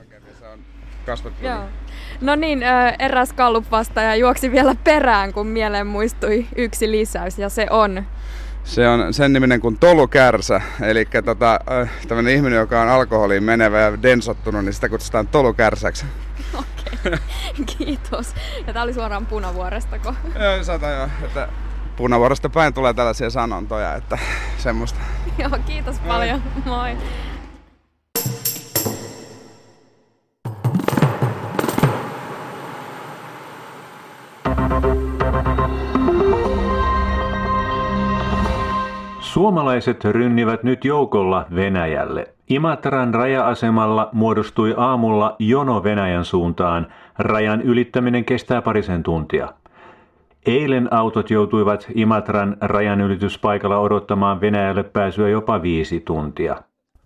Joo. No niin, eräs Gallup-vastaaja juoksi vielä perään, kun mieleen muistui yksi lisäys, ja se on... Se on sen niminen kuin tolukärsä, eli tota, tämmöinen ihminen, joka on alkoholiin menevä ja densottunut, niin sitä kutsutaan tolukärsäksi. Okei, kiitos. Ja tää oli suoraan Punavuorestako? Joo, saatan jo, että Punavuoresta päin tulee tällaisia sanontoja, että semmoista. Joo, kiitos paljon. Moi. Suomalaiset rynnivät nyt joukolla Venäjälle. Imatran raja-asemalla muodostui aamulla jono Venäjän suuntaan. Rajan ylittäminen kestää parisen tuntia. Eilen autot joutuivat Imatran rajanylityspaikalla odottamaan Venäjälle pääsyä jopa viisi tuntia.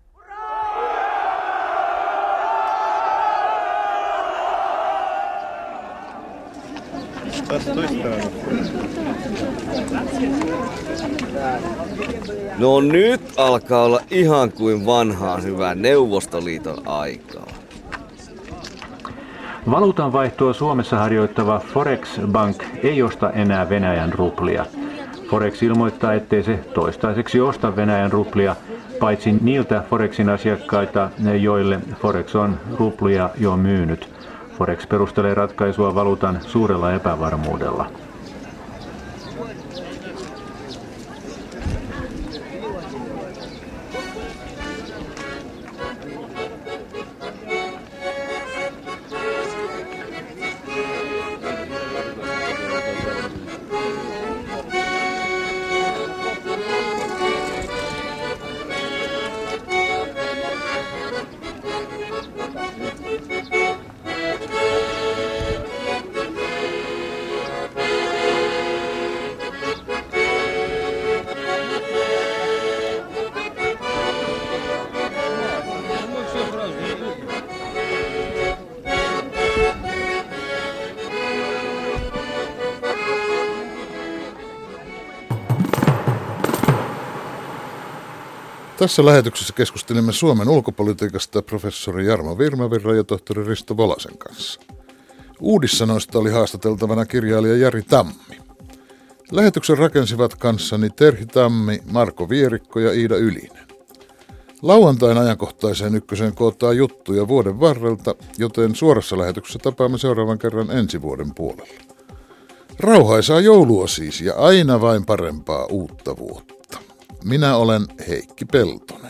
No nyt alkaa olla ihan kuin vanhaa hyvää Neuvostoliiton aikaa. Valuutanvaihtoa Suomessa harjoittava Forex Bank ei osta enää Venäjän ruplia. Forex ilmoittaa, ettei se toistaiseksi osta Venäjän ruplia, paitsi niiltä Forexin asiakkaita, joille Forex on ruplia jo myynyt. Forex perustelee ratkaisua valuutan suurella epävarmuudella. Tässä lähetyksessä keskustelimme Suomen ulkopolitiikasta professori Jarmo Virmavirran ja tohtori Risto Volasen kanssa. Uudissanoista oli haastateltavana kirjailija Jari Tammi. Lähetyksen rakensivat kanssani Terhi Tammi, Marko Vierikko ja Iida Ylinen. Lauantain ajankohtaiseen ykköseen kootaan juttuja vuoden varrelta, joten suorassa lähetyksessä tapaamme seuraavan kerran ensi vuoden puolella. Rauhaisaa joulua siis ja aina vain parempaa uutta vuotta. Minä olen Heikki Peltonen.